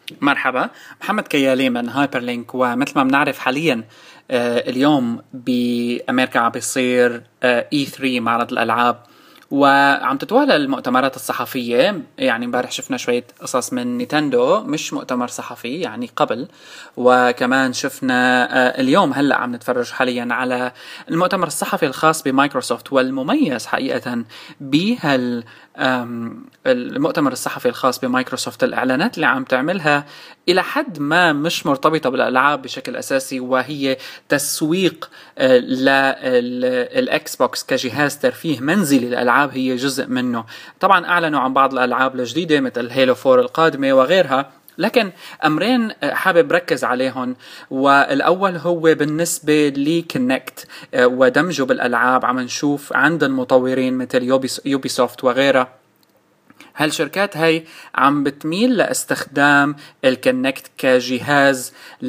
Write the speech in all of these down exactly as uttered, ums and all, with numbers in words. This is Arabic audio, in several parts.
مرحبا، محمد كيالي من هايبر لينك. ومثل ما بنعرف حاليا آه، اليوم بأمريكا عم بيصير آه، إي ثري معرض الألعاب، وعم تتوالى المؤتمرات الصحفية. يعني امبارح شفنا شوية قصص من نينتندو، مش مؤتمر صحفي يعني قبل. وكمان شفنا آه، اليوم هلأ عم نتفرج حاليا على المؤتمر الصحفي الخاص بمايكروسوفت. والمميز حقيقة بهال آم، المؤتمر الصحفي الخاص بمايكروسوفت الإعلانات اللي عم تعملها إلى حد ما مش مرتبطة بالألعاب بشكل أساسي، وهي تسويق آه، للإكس بوكس كجهاز ترفيه منزلي. الألعاب هي جزء منه. طبعا أعلنوا عن بعض الألعاب الجديدة مثل هيلو فور القادمة وغيرها، لكن أمرين آه، حابب ركز عليهم. والأول هو بالنسبة لكونكت ودمجه بالألعاب. عم نشوف عند المطورين مثل يوبي سوفت وغيرها، هالشركات هاي عم بتميل لاستخدام الكونكت كجهاز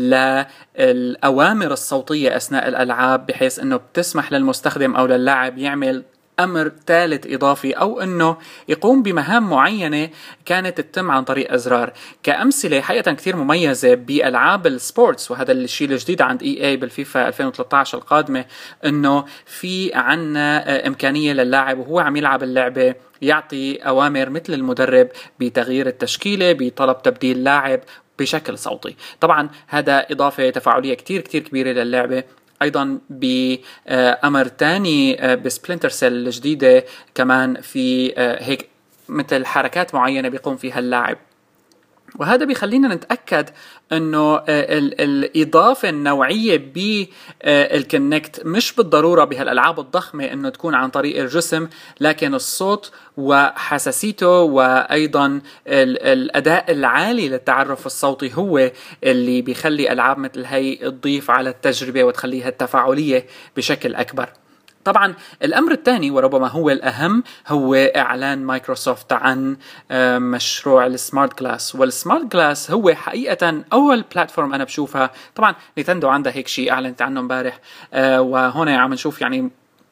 للأوامر الصوتية أثناء الألعاب، بحيث أنه بتسمح للمستخدم أو للاعب يعمل أمر ثالث إضافي، أو أنه يقوم بمهام معينة كانت تتم عن طريق أزرار. كأمثلة حقيقة كثير مميزة بألعاب السبورتس، وهذا الشيء الجديد عند إي اي بالفيفا ألفين وثلاثة عشر القادمة، أنه في عنا إمكانية للاعب وهو عم يلعب اللعبة يعطي أوامر مثل المدرب بتغيير التشكيلة، بطلب تبديل لاعب بشكل صوتي. طبعا هذا إضافة تفاعلية كتير كتير كبيرة للعبة. أيضا بأمر تاني بسبلنتر سيل الجديدة كمان في هيك مثل حركات معينة بيقوم فيها اللاعب، وهذا بيخلينا نتأكد أنه الإضافة النوعية بالكونكت مش بالضرورة بهالألعاب الضخمة أنه تكون عن طريق الجسم، لكن الصوت وحساسيته وأيضا الأداء العالي للتعرف الصوتي هو اللي بيخلي ألعاب مثل هاي تضيف على التجربة وتخليها التفاعلية بشكل أكبر. طبعا الأمر الثاني وربما هو الأهم هو إعلان مايكروسوفت عن مشروع السمارت جلاس. والسمارت جلاس هو حقيقة أول بلاتفورم أنا بشوفها. طبعا نينتندو عندها هيك شيء أعلنت عنه امبارح، وهنا عم نشوف يعني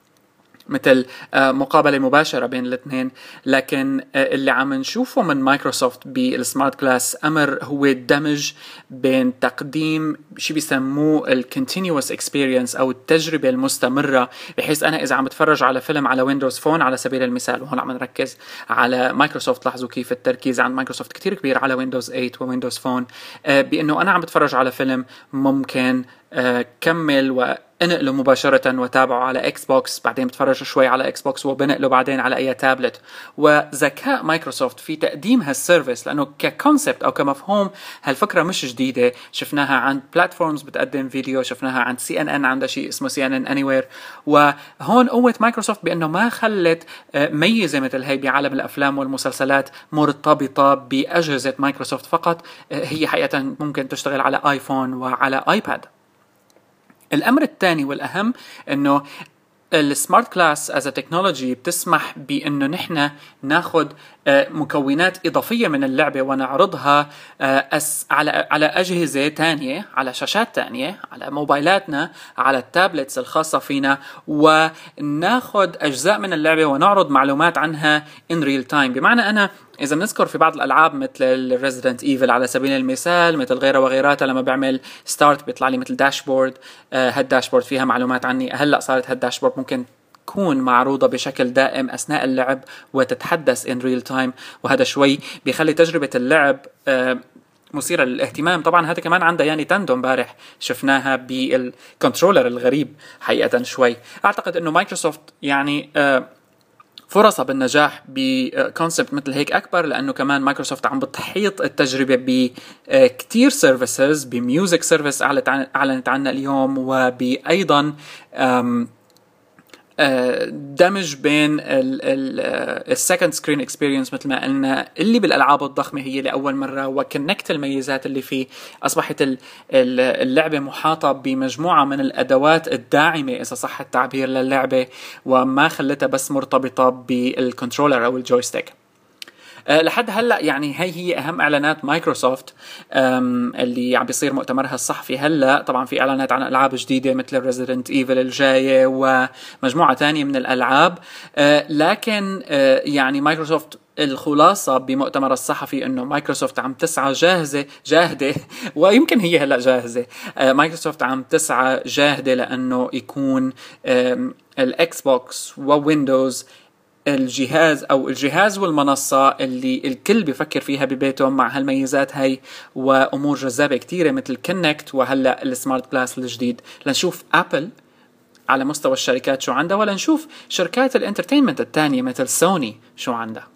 مثل مقابلة مباشرة بين الاثنين. لكن اللي عم نشوفه من مايكروسوفت بالسمارت كلاس أمر هو الدمج بين تقديم شيء بيسموه الكونتينيوس اكسبيرينس أو التجربة المستمرة، بحيث أنا إذا عم بتفرج على فيلم على ويندوز فون على سبيل المثال، وهون عم نركز على مايكروسوفت، لاحظوا كيف التركيز عند مايكروسوفت كتير كبير على ويندوز ثمانية وويندوز فون، بأنه أنا عم بتفرج على فيلم ممكن كمل وانقله مباشرة وتابعه على اكس بوكس، بعدين بتفرج شوي على اكس بوكس وبنقله بعدين على اي تابلت. وذكاء مايكروسوفت في تقديم هالسيرفيس، لانه ككونسبت او كمفهوم هالفكرة مش جديدة، شفناها عند بلاتفورمز بتقدم فيديو، شفناها عند سي ان ان، عندها شيء اسمه سي ان ان اني وير. وهون قوة مايكروسوفت بانه ما خلت ميزة مثل هي بعالم الافلام والمسلسلات مرتبطة باجهزة مايكروسوفت فقط، هي حقيقة ممكن تشتغل على ايفون وعلى ايباد. الأمر الثاني والأهم أنه السمارت كلاس از تكنولوجي بتسمح بأنه نحن ناخد مكونات إضافية من اللعبة ونعرضها على على أجهزة تانية، على شاشات تانية، على موبايلاتنا، على التابلتس الخاصة فينا، وناخد أجزاء من اللعبة ونعرض معلومات عنها in real time. بمعنى أنا إذا بنذكر في بعض الألعاب مثل Resident Evil على سبيل المثال، مثل غيرها وغيراتها، لما بعمل ستارت بيطلع لي مثل داشبورد، هالداشبورد فيها معلومات عني. هلأ صارت هالداشبورد ممكن تكون معروضة بشكل دائم أثناء اللعب وتتحدث in real time، وهذا شوي بيخلي تجربة اللعب مثيرة للاهتمام. طبعا هذا كمان عندها يعني تندو امبارح شفناها بالكنترولر الغريب حقيقة. شوي أعتقد أنه مايكروسوفت يعني فرصة بالنجاح بكونسبت مثل هيك أكبر، لأنه كمان مايكروسوفت عم بتحيط التجربة بكتير سيرفيسز، بميوزك سيرفيس أعلنت عنها اليوم، وبأيضا دمج بين السكند سكرين اكسبيرينس مثل ما قلنا، اللي بالالعاب الضخمه هي لاول مره، وكنكت الميزات اللي فيه. اصبحت اللعبه محاطه بمجموعه من الادوات الداعمه اذا صح التعبير للعبه، وما خلتها بس مرتبطه بالكنترولر او الجويستيك. أه لحد هلا يعني هي هي اهم اعلانات مايكروسوفت اللي عم بيصير مؤتمرها الصحفي هلا. طبعا في اعلانات عن العاب جديده مثل ريزيدنت ايفل الجايه ومجموعه ثانيه من الالعاب، أه لكن أه يعني مايكروسوفت الخلاصة بمؤتمر الصحفي انه مايكروسوفت عم تسعى جاهزة جاهدة ويمكن هي هلا جاهزة. مايكروسوفت عم تسعى جاهدة لانه يكون الاكس بوكس وويندوز الجهاز او الجهاز والمنصة اللي الكل بيفكر فيها ببيتهم، مع هالميزات هاي وامور جذابة كتيرة مثل كونكت وهلا السمارت جلاس الجديد. لنشوف ابل على مستوى الشركات شو عندها، ولا نشوف شركات الانترتينمنت التانية مثل سوني شو عندها.